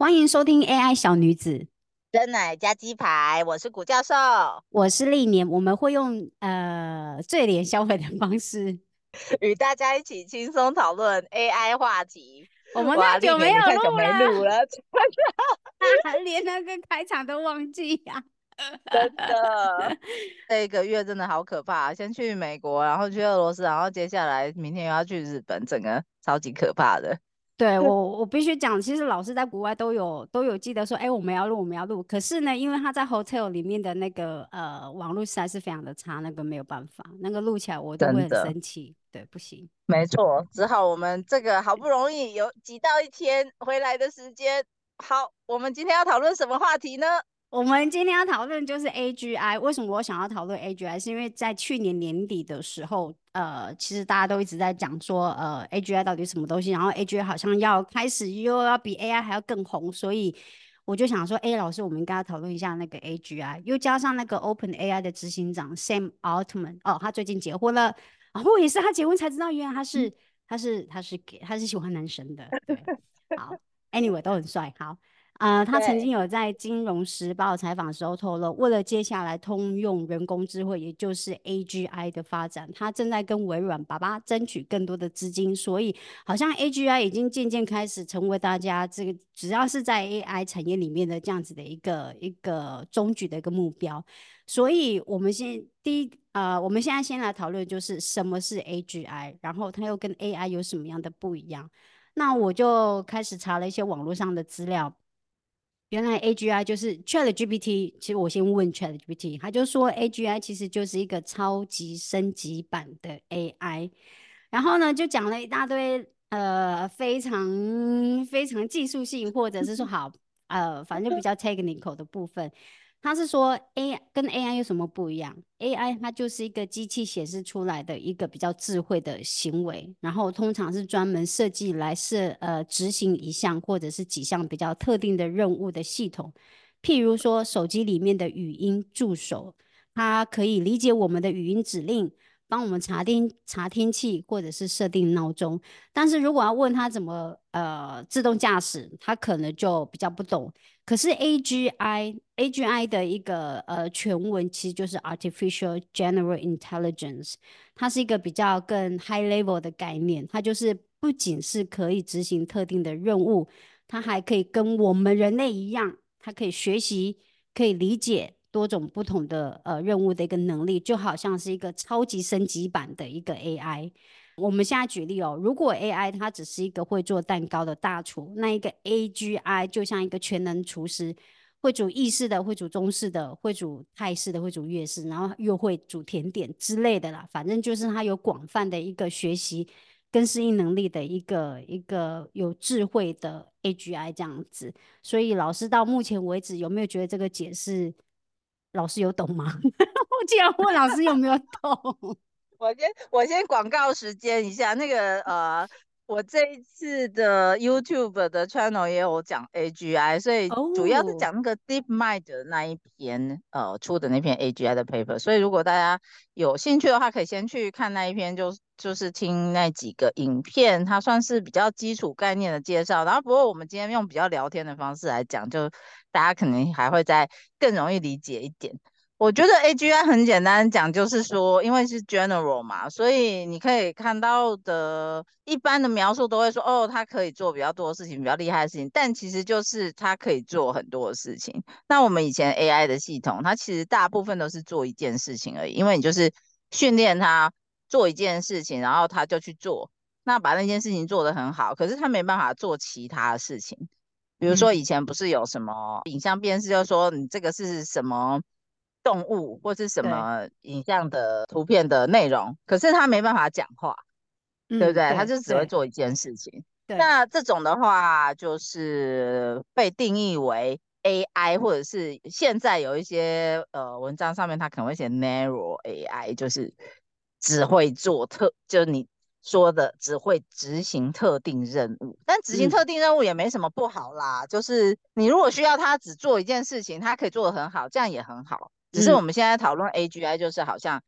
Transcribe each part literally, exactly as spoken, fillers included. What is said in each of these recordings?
欢迎收听 A I 小女子， 真奶加鸡排，我是古教授， 我是历年，我们会用呃最廉消费的方式。 与大家一起轻松讨论 A I 话题。 我们太哇，丽年，你久没有录太久没录了， 了， 连那个开场都忘记呀、 真的，这一个月真的好可怕。先去美国，然后去俄罗斯，然后接下来明天又要去日本，整个超级可怕的。 对我，我必须讲，其实老师在国外都有都有记得说，哎，我们要录，我们要录。可是呢，因为他在 hotel 里面的那个呃网络实在是非常的差，那个没有办法，那个录起来我都会很真的， 生气。对，不行。 没错，只好我们这个好不容易有挤到一天回来的时间。好，我们今天要讨论什么话题呢？ 我们今天要讨论就是 A G I。为什么我想要讨论 A G I？是因为在去年年底的时候，呃，其实大家都一直在讲说，呃，A G I 到底是什么东西，然后 A G I 好像要开始又要比 A I 还要更红，所以我就想说，哎，老师，我们应该要讨论一下那个 A G I，又加上那个 Open A I 的执行长 Sam Altman，哦，他最近结婚了，然后我也是他结婚才知道，原来他是他是他是 gay，他是喜欢男生的，对，好，anyway 都很帅，好。呃，他曾经对， 有在《金融时报》采访的时候透露，为了接下来通用人工智慧，也就是 A G I 的发展，他正在跟微软爸爸争取更多的资金。所以，好像 A G I 已经渐渐开始成为大家这个只要是在 A I 产业里面的这样子的一个一个终局的一个目标。所以，我们先第一呃，我们现在先来讨论就是什么是 A G I，然后它又跟 A I 有什么样的不一样。那我就开始查了一些网络上的资料。原来 A G I 就是 ChatGPT，其实我先问 ChatGPT，他就说 A G I 其实就是一个超级升级版的 A I，然后呢就讲了一大堆呃非常非常技术性，或者是说好呃反正就比较 technical 的部分。他是说 A 跟 A I 有什么不一样？A I 它就是一个机器显示出来的一个比较智慧的行为，然后通常是专门设计来设呃执行一项或者是几项比较特定的任务的系统。譬如说手机里面的语音助手，它可以理解我们的语音指令，帮我们查听查天气或者是设定闹钟。但是如果要问他怎么呃自动驾驶，他可能就比较不懂。可是 A G I A G I 的一个呃全文其实就是 Artificial General Intelligence，它是一个比较更 high level 的概念，它就是不仅是可以执行特定的任务，它还可以跟我们人类一样，它可以学习，可以理解多种不同的呃任务的一个能力，就好像是一个超级升级版的一个 A I。我们现在举例哦，如果 A I 它只是一个会做蛋糕的大厨，那一个 A G I 就像一个全能厨师，会煮意式的，会煮中式的，会煮泰式的，会煮粤式，然后又会煮甜点之类的啦。反正就是它有广泛的一个学习跟适应能力的一个一个有智慧的 A G I 这样子。所以老师到目前为止有没有觉得这个解释老师有懂吗？我竟然问老师有没有懂我先我先广告时间一下，那个呃，我这一次的 YouTube 的 channel 也有讲 A G I，所以主要是哦。 讲那个 DeepMind 的那一篇呃出的那篇 A G I 的 paper，所以如果大家有兴趣的话，可以先去看那一篇，就就是听那几个影片，它算是比较基础概念的介绍。然后不过我们今天用比较聊天的方式来讲，就大家可能还会再更容易理解一点。我觉得 A G I 很简单讲，就是说，因为是 general 嘛，所以你可以看到的一般的描述都会说，哦，它可以做比较多的事情，比较厉害的事情，但其实就是它可以做很多的事情。那我们以前 A I 的系统，它其实大部分都是做一件事情而已，因为你就是训练它做一件事情，然后它就去做，那把那件事情做得很好，可是它没办法做其他的事情。比如说以嗯， 前不是有什么影像辨识，就是说你这个是什么动物或是什对， 么影像的图片的内容，可是他没办法讲话，对不嗯， 对？他对就只会对做一件事情。 对， 那这种的话，就是被定义为 A I，或者是现在有一些呃文章上面它可能会写 narrow A I，就是只会做特，就是你说的只会执行特定任务。但执行特嗯定任务也没什么不好啦，就是你如果需要它只做一件事情，它可以做得很好，这样也很好。只是我嗯们现在讨论 A G I，就是好像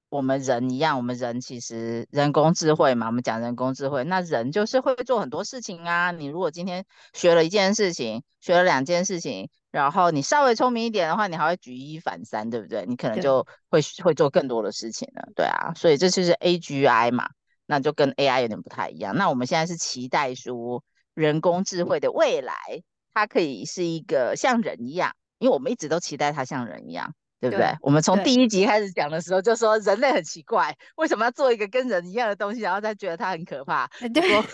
我们人一样，我们人其实人工智慧嘛，我们讲人工智慧，那人就是会做很多事情啊。你如果今天学了一件事情，学了两件事情，然后你稍微聪明一点的话，你还会举一反三，对不对？你可能对就会会做更多的事情了，对啊。所以这就是 A G I 嘛，那就跟 A I 有点不太一样。那我们现在是期待说人工智慧的未来，它可以是一个像人一样，因为我们一直都期待它像人一样。对不对？ 对我们从第对一集开始讲的时候就说人类很奇怪，为什么要做一个跟人一样的东西，然后再觉得它很可怕？ 呃对， 不过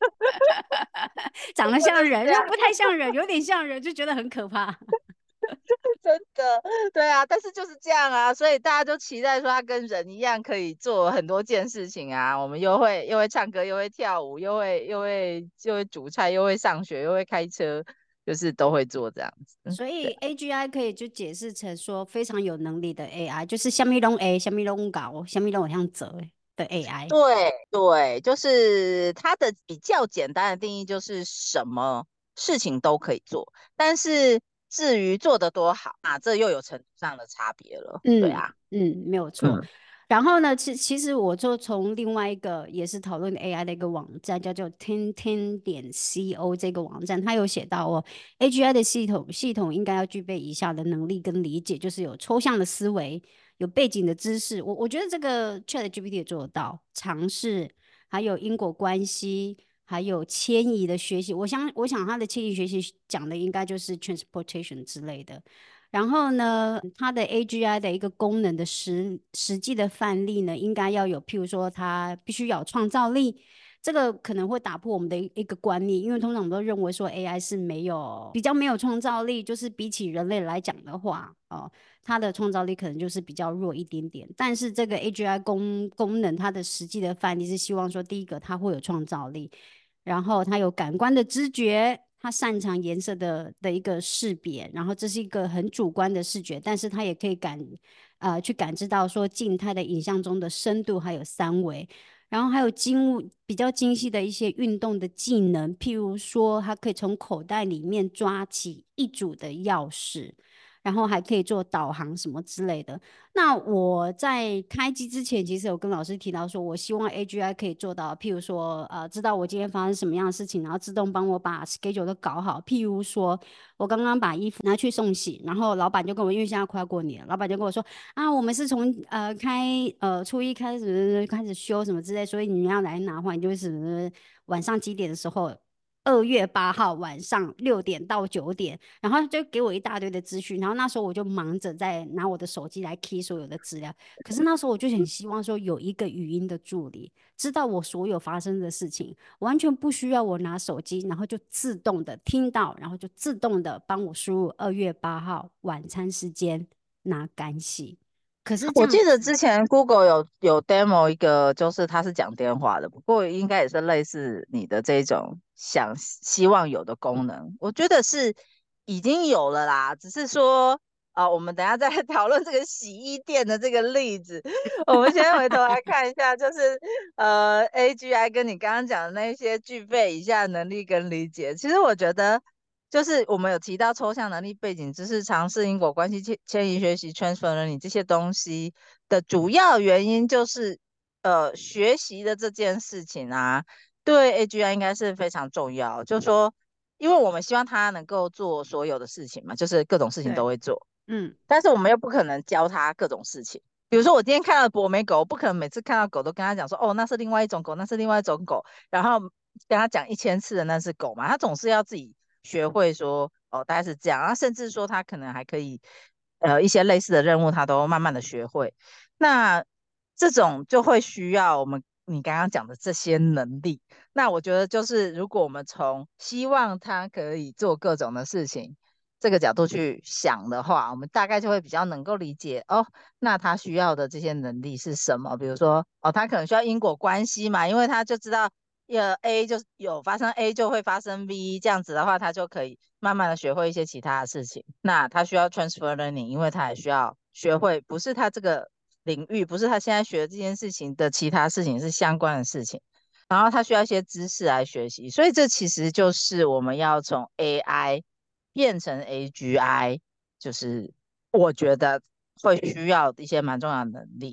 长得不过像人又就是这样， 不太像人，有点像人，就觉得很可怕。 真的，对啊，但是就是这样啊，所以大家都期待说他跟人一样可以做很多件事情啊。我们又会又会唱歌，又会跳舞，又会又会又会煮菜，又会上学，又会开车，就是都会做这样子。 所以对 A G I 可以就解释成说非常有能力的 A I，就是虾米拢 A，虾米拢搞，虾米拢有像折的 A I。 对对，就是它的比较简单的定义就是什么事情都可以做，但是至于做得多好啊，这又有程度上的差别了。对嗯啊， 嗯，没有错。 嗯， 然后呢，其其实我就从另外一个也是讨论 A I 的一个网站，叫做天天点 co 这个网站，它有写到哦，A G I 的系统系统应该要具备以下的能力跟理解，就是有抽象的思维，有背景的知识。我我觉得这个 ChatGPT 也做得到，尝试，还有因果关系。还有迁移的学习，我想，我想它的迁移学习讲的应该就是 transportation 之类的。然后呢，它的 A G I 的一个功能的实实际的范例呢，应该要有，譬如说它必须要有创造力，这个可能会打破我们的一一个观念，因为通常我们都认为说 A I 是没有比较没有创造力，就是比起人类来讲的话，哦，它的创造力可能就是比较弱一点点。但是这个 A G I 功功能，它的实际的范例是希望说，第一个它会有创造力。然后它有感官的知觉，它擅长颜色的的一个识别，然后这是一个很主观的视觉，但是它也可以感呃去感知到说静态的影像中的深度还有三维，然后还有精物比较精细的一些运动的技能，譬如说它可以从口袋里面抓起一组的钥匙。然后还可以做导航什么之类的。那我在开机之前，其实有跟老师提到说，我希望 A G I 可以做到，譬如说，呃，知道我今天发生什么样的事情，然后自动帮我把 schedule 都搞好。譬如说，我刚刚把衣服拿去送洗，然后老板就跟我，因为现在快要过年了，老板就跟我说，啊，我们是从呃开呃初一开始开始休什么之类，所以你要来拿的话，你就是晚上几点的时候。二月八号晚上六点到九点，然后就给我一大堆的资讯，然后那时候我就忙着在拿我的手机来 key 所有的资料。可是那时候我就很希望说有一个语音的助理，知道我所有发生的事情，完全不需要我拿手机，然后就自动的听到，然后就自动的帮我输入二月八号晚餐时间拿干洗。可是这我样子， 记得之前 Google 有有 demo 一个，就是它是讲电话的，不过应该也是类似你的这种想希望有的功能，我觉得是已经有了啦，只是说啊、我们等一下再讨论这个洗衣店的这个例子。我们先回头来看一下，就是呃 A G I 跟你刚刚讲的那些具备以下能力跟理解，其实我觉得。就是我们有提到抽象能力、背景知识、尝试、因果关系、迁迁移学习、transfer learning 这些东西的主要原因，就是呃学习的这件事情啊，对 A G I 应该是非常重要。就是说，因为我们希望他能够做所有的事情嘛，就是各种事情都对， 会做， 嗯， 但是我们又不可能教他各种事情。比如说，我今天看到博美狗，我不可能每次看到狗都跟他讲说，哦，那是另外一种狗，那是另外一种狗，然后跟他讲一千次的那是狗嘛，他总是要自己学会说，哦，大概是这样，然后甚至说他可能还可以，呃，一些类似的任务他都慢慢的学会。那这种就会需要我们你刚刚讲的这些能力。那我觉得就是如果我们从希望他可以做各种的事情这个角度去想的话，我们大概就会比较能够理解哦，那他需要的这些能力是什么？比如说，哦，他可能需要因果关系嘛，因为他就知道，呃，A 就有发生 A 就会发生 B，这样子的话，他就可以慢慢的学会一些其他的事情。那他需要 transfer learning，因为他也需要学会，不是他这个领域，不是他现在学的这件事情的其他事情是相关的事情。然后他需要一些知识来学习，所以这其实就是我们要从 A I 变成 A G I，就是我觉得会需要一些蛮重要的能力。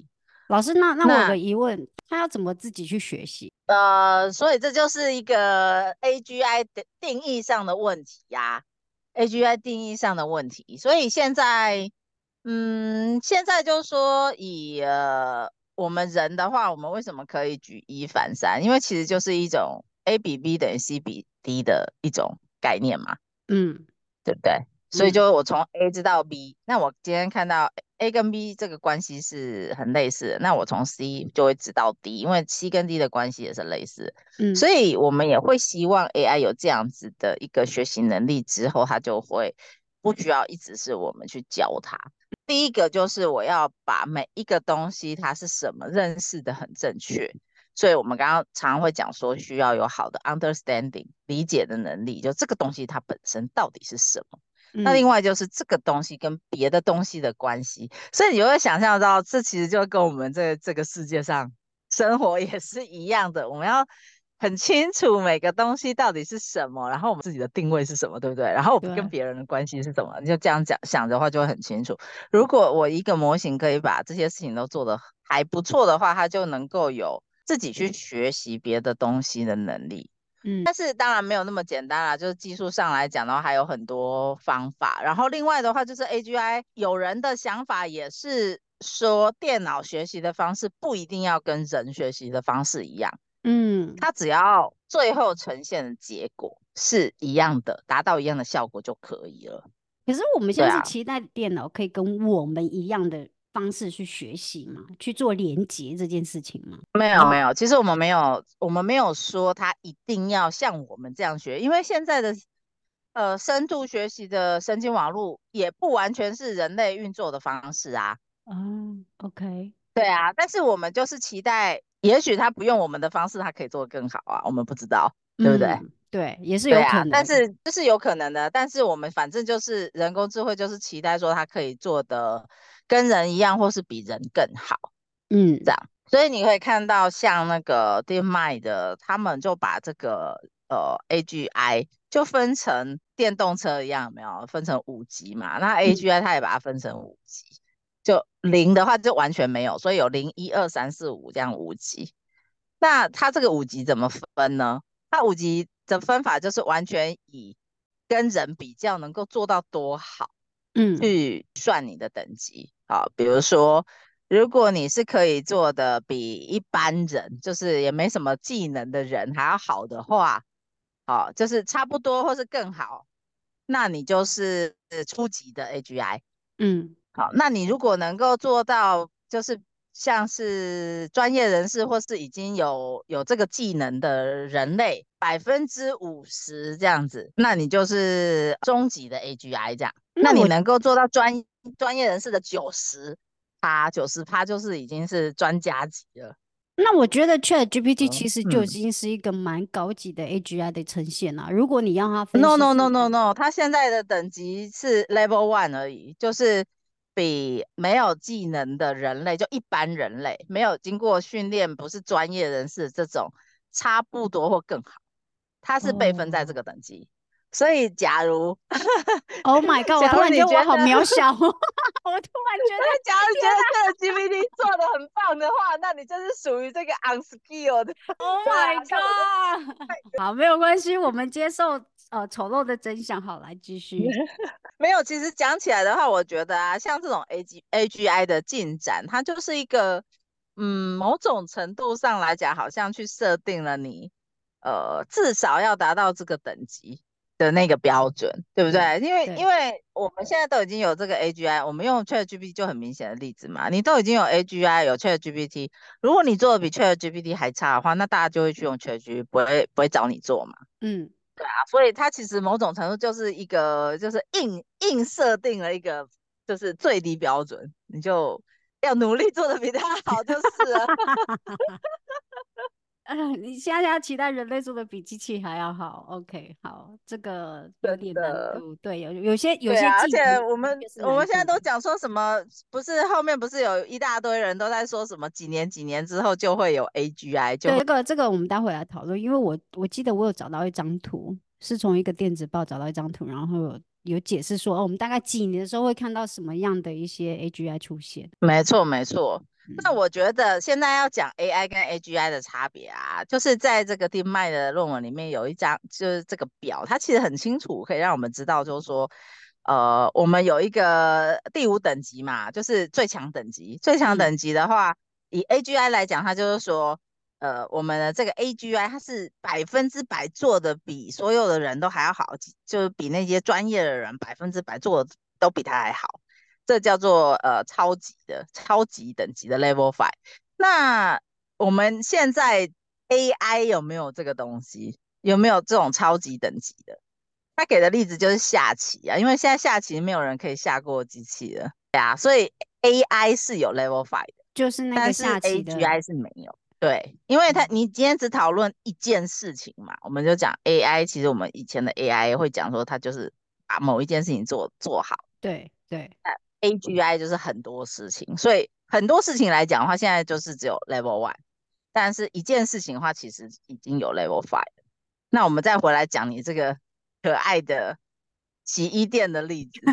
老师，那那我有个那疑问，他要怎么自己去学习？ 呃，所以这就是一个 A G I 的定义上的问题呀、A G I 定义上的问题。所以现在，嗯，现在就说以呃我们人的话，我们为什么可以举一反三？因为其实就是一种 A 比 B 等于 C 比 D 的一种概念嘛。 嗯对不对？所以嗯就我从 A 知道 B，那我今天看到 A 跟 B 这个关系是很类似的，那我从 C 就会知道 D，因为 C 跟 D 的关系也是类似， 嗯所以我们也会希望 A I 有这样子的一个学习能力之后，它就会不需要一直是我们去教它。第一个就是我要把每一个东西它是什么认识的很正确，所以我们刚刚常常会讲说，需要有好的 understanding 理解的能力，就这个东西它本身到底是什么。那另嗯， 外就是这个东西跟别的东西的关系，所以你就会想象到，这其实就跟我们这这个世界上生活也是一样的。我们要很清楚每个东西到底是什么，然后我们自己的定位是什么，对不对？然后我们跟对， 别人的关系是什么，你就这样讲想的话，就会很清楚。如果我一个模型可以把这些事情都做得还不错的话，它就能够有自己去学习别的东西的能力。 嗯但是当然没有那么简单啦，就是技术上来讲的话，还有很多方法。然后另外的话，就是 A G I，有人的想法也是说，电脑学习的方式不一定要跟人学习的方式一样， 嗯。 它只要最后呈现的结果是一样的，达到一样的效果就可以了。 可是我们现对啊， 在是期待电脑可以跟我们一样的方式去学习嘛，去做连接这件事情嘛。然后， 没有没有，其实我们没有，我们没有说它一定要像我们这样学，因为现在的呃深度学习的神经网络也不完全是人类运作的方式啊。 哦，OK， 对啊，但是我们就是期待，也许他不用我们的方式，他可以做得更好啊，我们不知道，对不对？ 嗯，对，也是有可对啊，但能。 是这是有可能的，但是我们反正就是人工智慧，就是期待说它可以做的跟人一样，或是比人更好。这嗯样，所以你可以看到像那个 DeepMind 的，他们就把这个呃 A G I 就分成电动车一样，有没有分成五级嘛？那嗯 A G I 它也把它分成五级，就零的话就完全没有，所以有零、一、二、三、四、五这样五级。那它这个五级怎么分呢？它五级的分法就是完全以跟人比较能够做到多好嗯去算你的等级。好，比如说，如果你是可以做的比一般人，就是也没什么技能的人还要好的话，好，就是差不多或是更好，那你就是初级的 A G I。 嗯好，那你如果能够做到，就是像是专业人士或是已经有有这个技能的人类百分之五十这样子，那你就是中级的 A G I 这样。那你那我能够做到专专业人士的九十趴，九十趴就是已经是专家级了。 那我觉得 ChatGPT 嗯其实就已嗯经是一个蛮高级的 A G I 的呈现啦。如果你让它分 ，no 析 no no 数 no 据， no，他现在的等级是 level one 而已，就是比没有技能的人类，就一般人类，没有经过训练，不是专业人士这种，差不多或更好。它是被分在这哦个等级，所以假如 ，Oh my god！我假如突然觉得我好你觉得渺小，我突然觉得假如觉得这个 G P T 做的很棒的话，那你就是属于这个 unskilled 的。 ，Oh 对啊， my 像我就 god！好，没有关系，我们接受呃丑陋的真相。好，来继续。 没有。其实讲起来的话，我觉得啊，像这种 A G A G I 的进展，它就是一个嗯，某种程度上来讲，好像去设定了你呃至少要达到这个等级的那个标准，对不对对？因为因对， 为我们现在都已经有这个 A G I，我们用 ChatGPT 就很明显的例子嘛，你都已经有 A G I 有 ChatGPT，如果你做的比 ChatGPT 还差的话，那大家就会去用 ChatGPT，不会不会找你做嘛。 嗯， 啊，所以它其实某种程度就是一个，就是硬硬设定了一个就是最低标准，你就要努力做的比他好就是了。 呃，你现在要期待人类做的比机器还要好，OK，好，这个有真点难的。 度，对，有有些有对啊，而且些技能我们的确是我们现在难度的。 都讲说什么，不是后面不是有一大堆人都在说什么几年几年之后就会有 A G I，就对， 会这个这个我们待会来讨论，因为我我记得我有找到一张图，是从一个电子报找到一张图，然后有有解释说，哦，我们大概几年的时候会看到什么样的一些 A G I 出现。 没错没错。 那嗯我觉得现在要讲 A I 跟 A G I 的差别啊，就是在这个丁麦的论文里面有一张，就是这个表，它其实很清楚，可以让我们知道，就是说，呃，我们有一个第五等级嘛，就是最强等级。最强嗯等级的话，以 A G I 来讲，它就是说，呃，我们的这个 A G I 它是百分之百做的比所有的人都还要好，就是比那些专业的人百分之百做的都比他还好。这叫做呃超级的超级等级的 Level Five。那我们现在 A I 有没有这个东西？有没有这种超级等级的？他给的例子就是下棋啊，因为现在下棋没有人可以下过机器了，对啊，所以 A I 是有 Level Five 的， 就是那个但是下棋的， A G I 是没有。对，因为他嗯你今天只讨论一件事情嘛，我们就讲 A I。其实我们以前的 A I 会讲说，它就是把某一件事情做做好。 对对， A G I 就是很多事情，所以很多事情来讲的话，现在就是只有 Level One，但是一件事情的话，其实已经有 Level Five。那我们再回来讲你这个可爱的洗衣店的例子。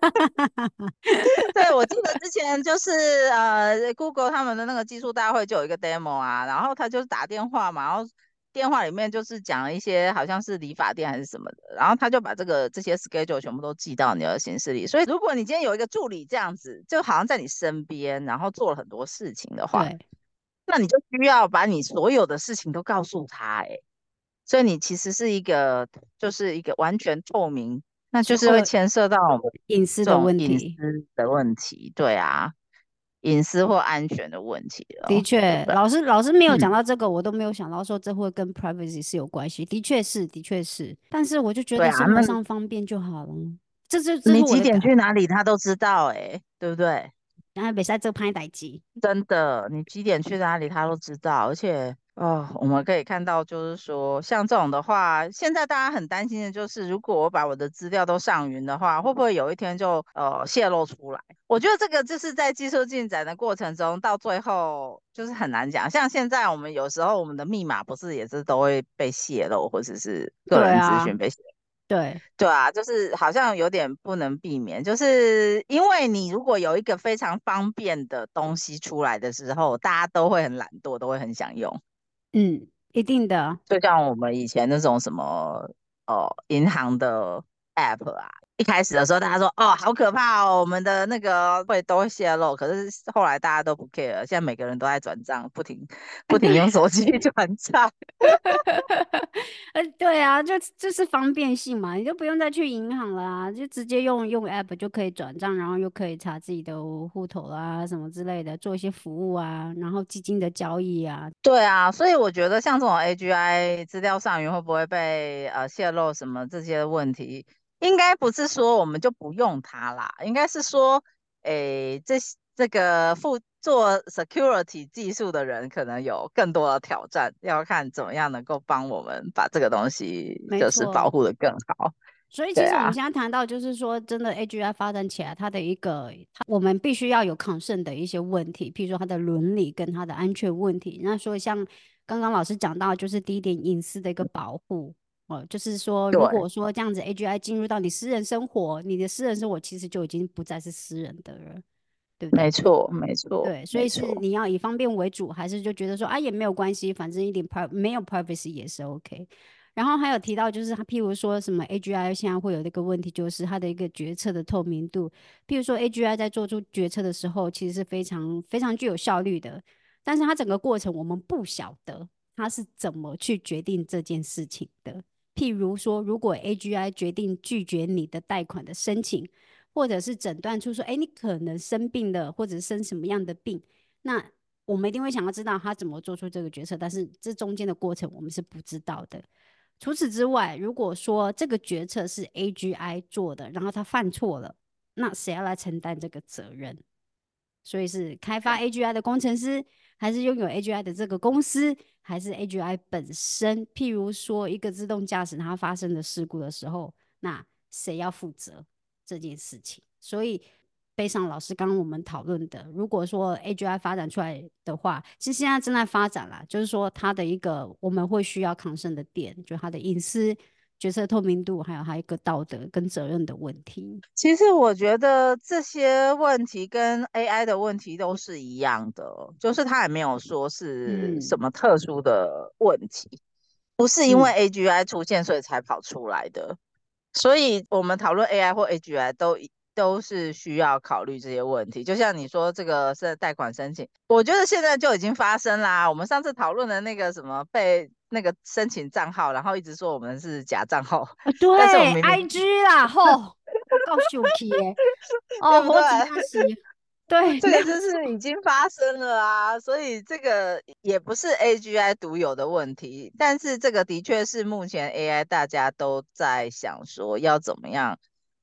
对，我记得之前就是呃，Google 他们的那个技术大会就有一个 demo 啊，然后他就是打电话嘛，然后电话里面就是讲了一些好像是理发店还是什么的，然后他就把这个这些 schedule 全部都记到你的行事历。所以如果你今天有一个助理这样子，就好像在你身边，然后做了很多事情的话， 对， 那你就需要把你所有的事情都告诉他，哎，所以你其实是一个就是一个完全透明，那就是会所有牵涉到我们隐私的这种隐私问题。 的问题。对啊，隐私或安全的问题哦，对的确， 吧？ 老师老师没有讲嗯， 到这个，我都没有想到说这会跟 privacy 是有关系。的确是，的确是，但是我就觉对啊，那得生活上方便就好了。这这这是你几点我的感， 去哪里他都知道，哎，对不对？ 然后别在这拍歹机。 真的，你几点去哪里他都知道。而且哦，我们可以看到，就是说像这种的话，现在大家很担心的就是，如果我把我的资料都上云的话，会不会有一天就呃泄露出来？我觉得这个就是在技术进展的过程中，到最后就是很难讲。像现在我们有时候我们的密码不是也是都会被泄露，或者是个人资对啊， 讯被泄露。 对， 对啊，就是好像有点不能避免，就是因为你如果有一个非常方便的东西出来的时候，大家都会很懒惰，都会很想用。 嗯，一定的。 就像我们以前那种什么哦，银行的 app 啊，一开始的时候大家说哦好可怕哦，我们的那个会都会泄露，可是后来大家都不 care，现在每个人都在转账，不停不停用手机转账。 呃，对啊，就就是方便性嘛，你就不用再去银行了啊，就直接用用 app 就可以转账，然后又可以查自己的户头啊什么之类的，做一些服务啊，然后基金的交易啊。 对啊，所以我觉得像这种 A G I 资料上云会不会被呃泄露什么这些问题，应该不是说我们就不用它啦，应该是说，诶，这这个负做 security 技术的人可能有更多的挑战，要看怎么样能够帮我们把这个东西就是保没错， 护的更好。 所以其实我们对啊， 现在谈到，就是说，真的 A G I 发展起来，它的一个，它我们必须要有 concern 的一些问题，譬如说它的伦理跟它的安全问题。那所以像刚刚老师讲到，就是第一点隐私的一个保护。哦，就是说，如对， 果说这样子 A G I 进入到你私人生活，你的私人生活其实就已经不再是私人的了，对不对？ 没错，没错， 对，所以是没错， 你要以方便为主，还是就觉得说啊也没有关系，反正一点 pri 没有 privacy 也是 OK。然后还有提到就是他譬如说什么 A G I 现在会有这个问题，就是它的一个决策的透明度。譬如说 A G I 在做出决策的时候，其实是非常非常具有效率的，但是它整个过程我们不晓得它是怎么去决定这件事情的。譬如说，如果 A G I 决定拒绝你的贷款的申请，或者是诊断出说，哎，你可能生病了，或者生什么样的病，那我们一定会想要知道他怎么做出这个决策，但是这中间的过程我们是不知道的。除此之外，如果说这个决策是 A G I 做的，然后他犯错了，那谁要来承担这个责任？所以是开发 A G I 的工程师，还是拥有 A G I 的这个公司，还是 A G I 本身？譬如说，一个自动驾驶它发生的事故的时候，那谁要负责这件事情？所以，背上老师刚刚我们讨论的，如果说 A G I 发展出来的话，其实现在正在发展啦，就是说它的一个我们会需要抗生的点，就它的隐私。 决策透明度，还有还有一个道德跟责任的问题。 其实我觉得这些问题跟 A I 的问题都是一样的，就是它也没有说是什嗯么特殊的问题，不是因为嗯， A G I 出现所以才跑出来的。所以我们讨论 A I 或 A G I 都都是需要考虑这些问题。就像你说这个是贷款申请，我觉得现在就已经发生啦。我们上次讨论的那个什么被那个申请账号，然后一直说我们是假账号， 啊，对但是我们明明 ，I G 啦，吼，我告诉你耶，哦， 对不对？ 猴子那是，对， 这个就没有错， 是已经发生了啊，所以这个也不是 A G I 独有的问题，但是这个的确是目前 A I 大家都在想说要怎么样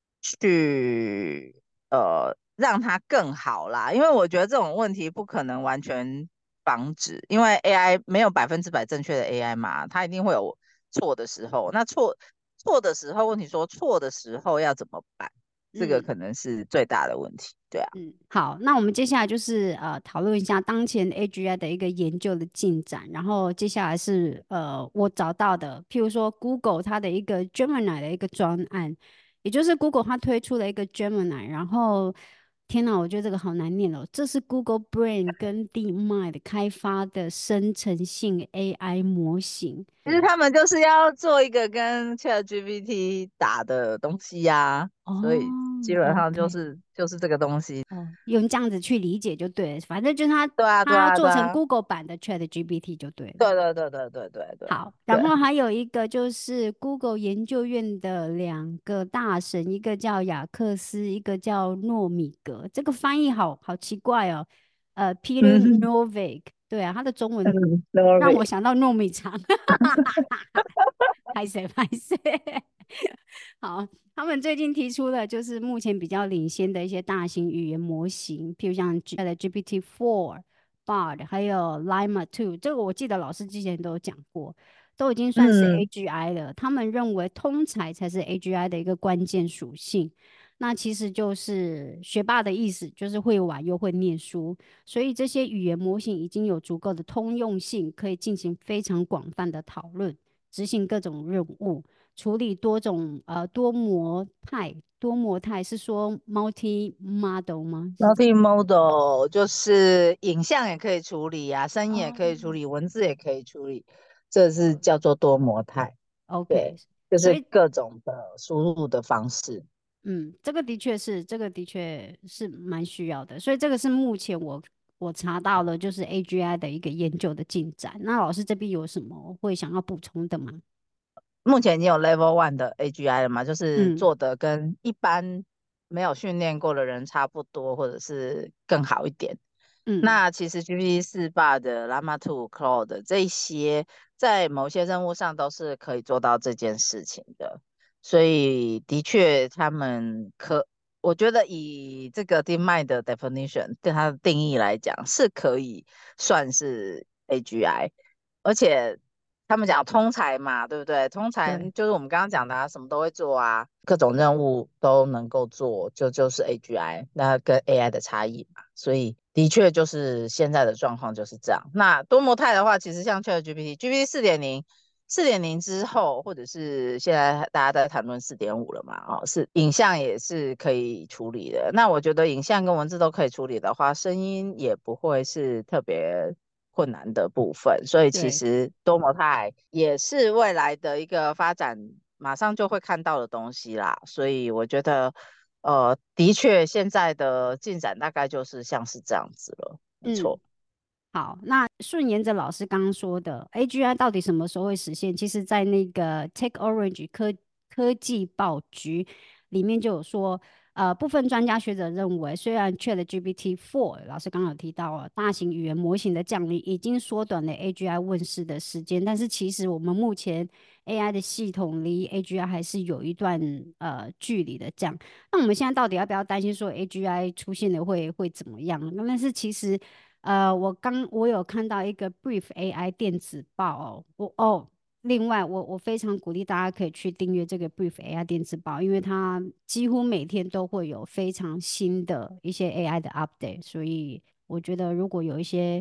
去呃让它更好啦，因为我觉得这种问题不可能完全防止，因为 A I 没有百分之百正确的 A I 嘛，它一定会有错的时候，那错错的时候，问题说错的时候要怎么办？这个嗯。 可能是最大的问题，对啊。 嗯，好，那我们接下来就是呃讨论一下当前 A G I 的一个研究的进展，然后接下来是呃我找到的，譬如说 Google 它的一个 Gemini 的一个专案，也就是 Google 它推出了一个 Gemini，然后天哪，我觉得这个好难念哦，这是 Google Brain 跟 DeepMind 开发的生成性 A I 模型。 其实他们就是要做一个跟 ChatGPT 打的东西呀、所以基哦本上就 ，OK。 是就是这个东西。 哦，用这样子去理解就对了，反正就是它对啊，对啊，对它做成啊， Google 版的 Chat G P T 就对了。 对对对对对对对好，然对。 后还有一个就是 Google 研究院的两个大神，一个叫雅克斯，一个叫诺米格。这个翻译好好奇怪哦。呃，Peter 嗯 Norvig，对啊，他的中文嗯，sorry。 让我想到糯米肠。拍谁拍谁。好，他们最近提出了就是目前比较领先的一些大型语言模型，譬如像 G 的 G P T four、Bard，还有 Llama two，这个我记得老师之前都有讲过，都已经算是嗯， A G I 了。他们认为通才才是 A G I 的一个关键属性。那其实就是学霸的意思，就是会玩又会念书，所以这些语言模型已经有足够的通用性，可以进行非常广泛的讨论。执行各种任务，处理多种呃多模态。多模态是说 multi model 吗？是这 multimodal 就是影像也可以处理啊，声音也可以处哦理，文字也可以处理，这是叫做多模态。 ，OK， 对，就是所以各种的输入的方式。 嗯，这个的确是，这个的确是蛮需要的，所以这个是目前我我查到了就是 A G I 的一个研究的进展。那老师这边有什么会想要补充的吗？ 目前已经有 Level One 的 A G I 了嘛，就是嗯做的跟一般没有训练过的人差不多，或者是更好一点。 嗯那其实 G P T 四 Bard、Llama 二、Claude 这一些，在某些任务上都是可以做到这件事情的。所以的确，他们可，我觉得以这个 DeepMind 的 definition 对它的定义来讲，是可以算是 A G I。而且他们讲通才嘛，对不对？通才对， 就是我们刚刚讲的啊，什么都会做啊，各种任务都能够做，就就是 A G I，那跟 A I 的差异嘛。所以的确就是现在的状况就是这样。那多模态的话，其实像 ChatGPT，GPT 四点零。四点零之后，或者是现在大家在谈论四点五了嘛？哦，是影像也是可以处理的。那我觉得影像跟文字都可以处理的话，声音也不会是特别困难的部分，所以其对， 实多模态也是未来的一个发展，马上就会看到的东西啦。所以我觉得，呃，的确现在的进展大概就是像是这样子了，没嗯。 错。 好，那顺沿着老师刚刚说的，A G I 到底什么时候会实现？其实，在那个 Tech Orange 科科技报局里面就有说，呃，部分专家学者认为，虽然 ChatGPT four 老师刚刚有提到哦，大型语言模型的降临已经缩短了 A G I 问世的时间，但是其实我们目前 A I 的系统离 A G I 还是有一段呃距离的。这样，那我们现在到底要不要担心说 A G I 出现了会会怎么样？但是其实。呃，我刚我有看到一个 Brief A I 电子报哦，我哦，另外我我非常鼓励大家可以去订阅这个 Brief A I 电子报，因为它几乎每天都会有非常新的一些 A I 的 update，所以我觉得如果有一些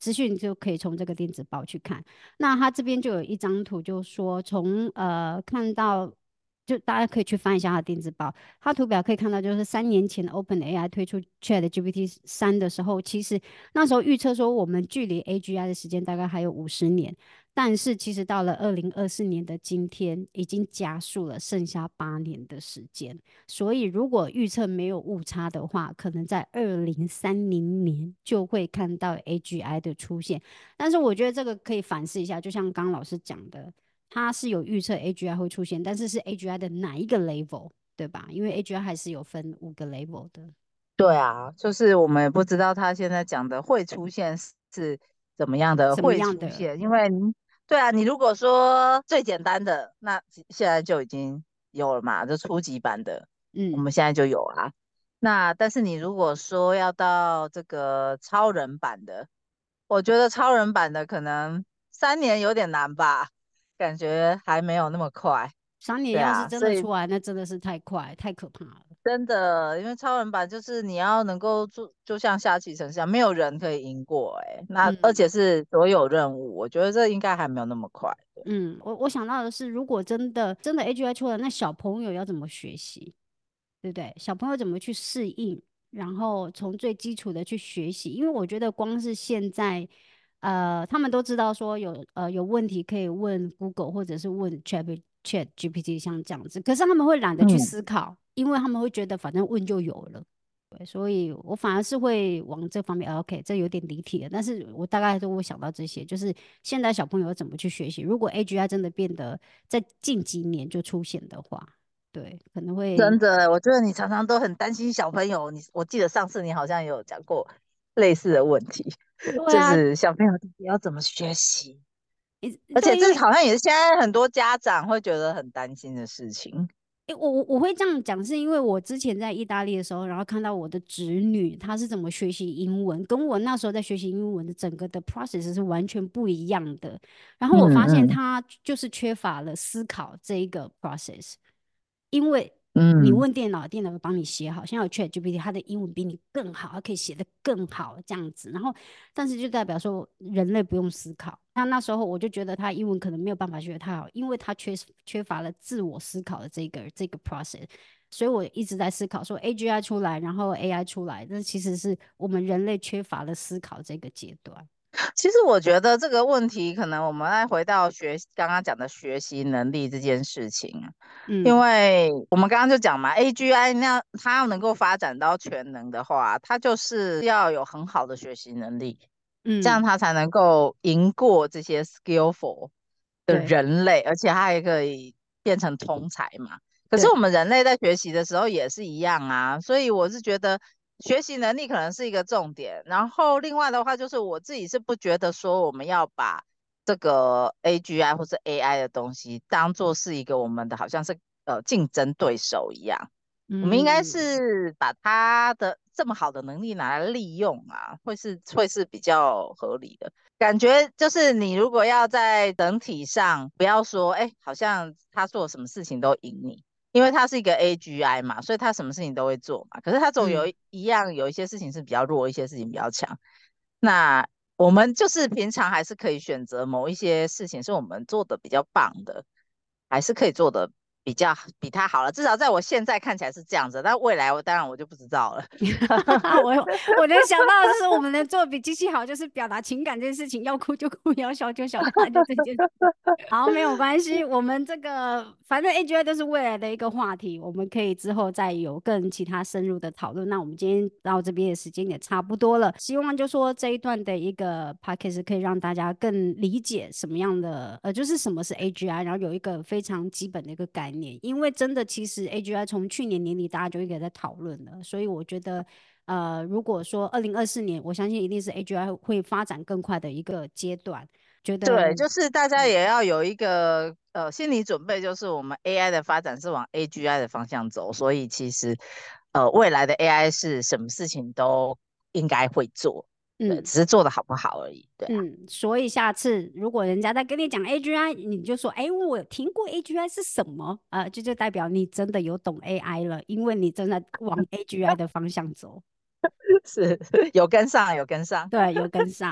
资讯就可以从这个电子报去看。那它这边就有一张图，就说从呃看到。就大家可以去翻一下它的电子报，它图表可以看到，就是三年前 OpenAI 推出 ChatGPT 三的时候，其实那时候预测说我们距离 A G I 的时间大概还有五十年，但是其实到了二零二四年的今天，已经加速了，剩下八年的时间。所以如果预测没有误差的话，可能在二零三零年就会看到 A G I 的出现。但是我觉得这个可以反思一下，就像刚刚老师讲的。它是有预测 A G I 会出现，但是是 A G I 的哪一个 level，对吧？因为 A G I 还是有分五个 level 的。 对啊，就是我们也不知道他现在讲的会出现是怎么样的什么会样的？ 出现，因为你对啊，你如果说最简单的，那其现在就已经有了嘛，就初级版的，我嗯， 们现在就有啊。那但是你如果说要到这个超人版的，我觉得超人版的可能三年有点难吧，感觉还没有那么快。 三年对啊， 要是真所以的出来，那真的是太快，太可怕了。 真的，因为超人版就是你要能够做，就像下棋城市一样，没有人可以赢过哎、那而嗯且是所有任务，我觉得这应该还没有那么快。 嗯，我我想到的是，如果真的真的 A G I 出来，那小朋友要怎么学习？对不对？小朋友怎么去适应，然后从最基础的去学习，因为我觉得光是现在，呃，他们都知道说有呃有问题可以问 Google 或者是问 Chat Chat G P T 像这样子，可是他们会懒得去嗯， 思考，因为他们会觉得反正问就有了。对，所以我反而是会往这方面。呃 OK，这有点离题了，但是我大概都会想到这些，就是现在小朋友要怎么去学习。如果 A G I 真的变得在近几年就出现的话，对，可能会。 真的，我觉得你常常都很担心小朋友。你我记得上次你好像有讲过类似的问题， 对啊， 就是小朋友到底要怎么学习，而且对，因为这好像也是现在很多家长会觉得很担心的事情。 诶我我我会这样讲，是因为我之前在意大利的时候，然后看到我的侄女她是怎么学习英文，跟我那时候在学习英文的整个的 process 是完全不一样的。然后我发现嗯嗯她就是缺乏了思考这一个 process。因为你嗯， 问电脑，电脑会帮你写好，像有 Chat G P T，它的英文比你更好，它可以写得更好这样子。然后，但是就代表说人类不用思考。那那时候我就觉得他英文可能没有办法学得太好，因为他缺缺乏了自我思考的这个这个 process。所以我一直在思考说，A G I 出来，然后 A I 出来，这其实是我们人类缺乏了思考这个阶段。 其实我觉得这个问题，可能我们再回到学刚刚讲的学习能力这件事情啊，因嗯为我们刚刚就讲嘛，A G I 那样它要能够发展到全能的话，它就是要有很好的学习能力，这样嗯， 它才能够赢过这些 skillful 的对人类，而且它还可以变成通才嘛。可是我对， 们人类在学习的时候也是一样啊，所以我是觉得学习能力可能是一个重点。然后另外的话，就是我自己是不觉得说我们要把这个 A G I 或是 A I 的东西当做是一个我们的好像是呃竞争对手一样。我们应该嗯是把它的这么好的能力拿来利用啊，会是会是比较合理的。感觉就是你如果要在整体上，不要说，哎，好像他做什么事情都赢你，因为他是一个 A G I 嘛，所以他什么事情都会做嘛。可是他总有嗯。 一一样，有一些事情是比较弱，一些事情比较强。那我们就是平常还是可以选择某一些事情是我们做的比较棒的，还是可以做的比较比他好了。至少在我现在看起来是这样子，但未来我当然我就不知道了。 我我能想到的就是，我们能做比机器好，就是表达情感这件事情，要哭就哭，要笑就笑，大概就这件事。好，没有关系，我们这个反正 A G I 都是未来的一个话题，我们可以之后再有更其他深入的讨论。那我们今天到这边的时间也差不多了，希望就说这一段的一个 podcast 可以让大家更理解什么样的呃，就是什么是 A G I，然后有一个非常基本的一个概念。因为真的，其实 A G I 从去年年底大家就一直在讨论了，所以我觉得。呃，如果说二零二四年，我相信一定是 A G I 会发展更快的一个阶段。觉得， 对，就是大家嗯也要有一个呃心理准备，就是我们 A I 的发展是往 A G I 的方向走，所以其实呃未来的 A I 是什么事情都应该会做，对， 嗯只是做的好不好而已，对啊。 嗯，所以下次如果人家在跟你讲 A G I，你就说，哎，我有听过 A G I 是什么？啊、这就代表你真的有懂 A I 了，因为你真的往 A G I 的方向走。 是有跟上，有跟上。 对，有跟上。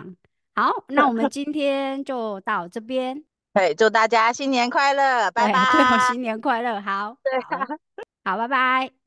好，那我们今天就到这边。 对，祝大家新年快乐，拜对，最后拜。 新年快乐，好对好好，拜拜。